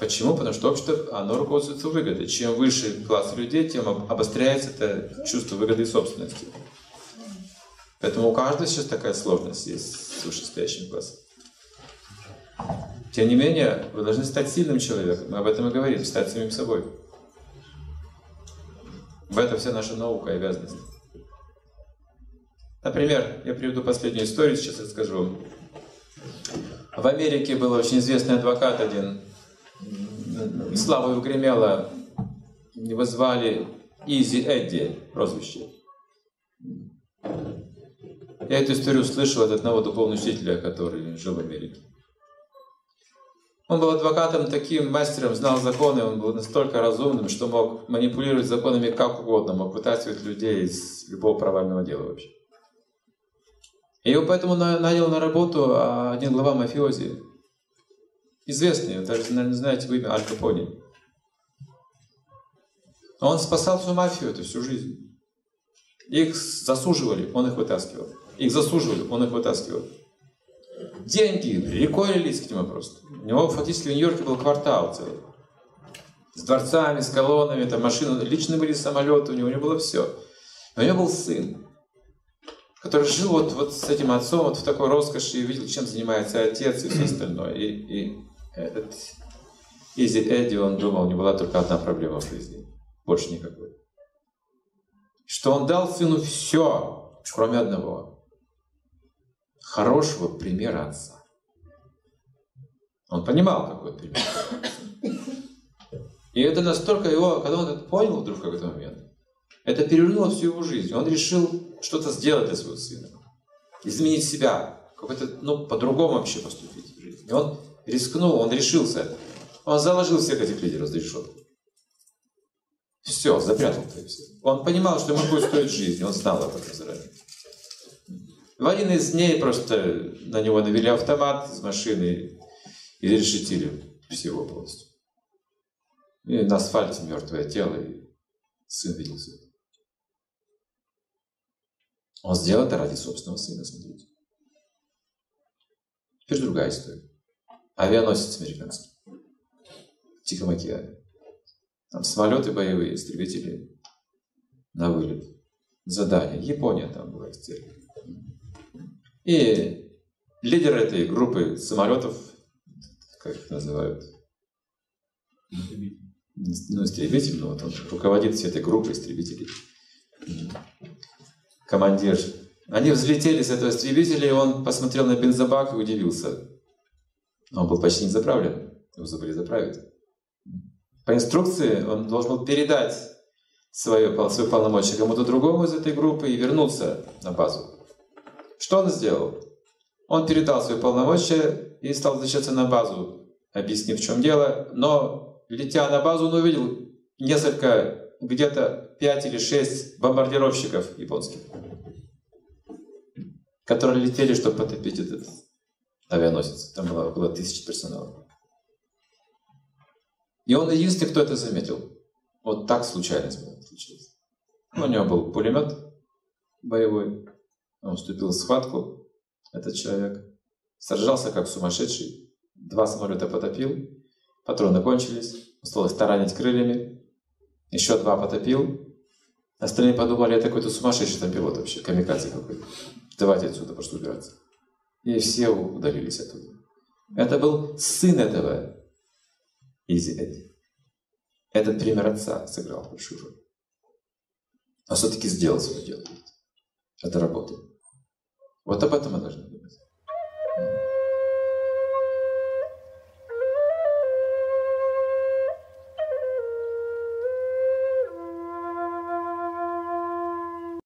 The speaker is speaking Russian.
Почему? Потому что общество, оно руководствуется выгодой. Чем выше класс людей, тем обостряется это чувство выгоды и собственности. Поэтому у каждого сейчас такая сложность есть с вышестоящим классом. Тем не менее, вы должны стать сильным человеком. Мы об этом и говорим, стать самим собой. В этом вся наша наука и обязанность. Например, я приведу последнюю историю, сейчас расскажу вам. В Америке был очень известный адвокат один, слава его гремела, его звали Изи Эдди, прозвище. Я эту историю услышал от одного духовного учителя, который жил в Америке. Он был адвокатом, таким мастером, знал законы, он был настолько разумным, что мог манипулировать законами как угодно, мог вытаскивать людей из любого провального дела вообще. И его поэтому нанял на работу один глава мафиози, известный, вы даже, наверное, знаете имя, Аль Капоне. Он спасал всю мафию эту всю жизнь. Их засуживали, он их вытаскивал. Их засуживали, он их вытаскивал. Деньги рекой лились к нему просто. У него фактически в Нью-Йорке был квартал целый. С дворцами, с колоннами, там машины, лично были самолеты, у него было все. Но у него был сын, который жил вот с этим отцом, вот в такой роскоши, и видел, чем занимается отец и все остальное. И этот Изи Эдди, он думал, у него была только одна проблема в жизни, больше никакой. Что он дал сыну все, кроме одного. Хорошего примера отца. Он понимал, какой пример. И это настолько его, когда он это понял вдруг в какой-то момент, это перевернуло всю его жизнь. Он решил что-то сделать для своего сына. Изменить себя. Какой-то, по-другому вообще поступить в жизни. И он рискнул, он решился. Он заложил всех этих лидеров за решетку. Все, запрятал это все. Он понимал, что ему будет стоить жизнь. Он знал об этом заранее. В один из дней просто на него навели автомат из машины и решетили всего полностью. И на асфальте мертвое тело, и сын видел все это. Он сделал это ради собственного сына, смотрите. Теперь другая история. Авианосец американский. В Тихом океане. Там самолеты боевые, истребители на вылет. Задание. Япония там была их цель. И лидер этой группы самолетов, как их называют? Истребитель, но вот он руководит всей этой группой истребителей. Командир. Они взлетели с этого истребителя, и он посмотрел на бензобак и удивился. Он был почти не заправлен. Его забыли заправить. По инструкции он должен был передать свои полномочия кому-то другому из этой группы и вернуться на базу. Что он сделал? Он передал свои полномочия и стал возвращаться на базу, объяснив, в чем дело. Но, летя на базу, он увидел где-то 5 или 6 бомбардировщиков японских, которые летели, чтобы потопить этот авианосец. Там было около 1000 персонала. И он единственный, кто это заметил. Вот так случайность была случилась. У него был пулемет боевой. Он вступил в схватку, этот человек. Сражался как сумасшедший. 2 самолета потопил. Патроны кончились. Осталось таранить крыльями. Еще 2 потопил. Остальные подумали, это какой-то сумасшедший там пилот вообще. Камикадзе какой-то. Давайте отсюда, пошли убираться. И все удалились оттуда. Это был сын этого Изи Эдди. Этот пример отца сыграл большую роль. А все-таки сделал свое дело. Это работает. Вот об этом мы должны говорить.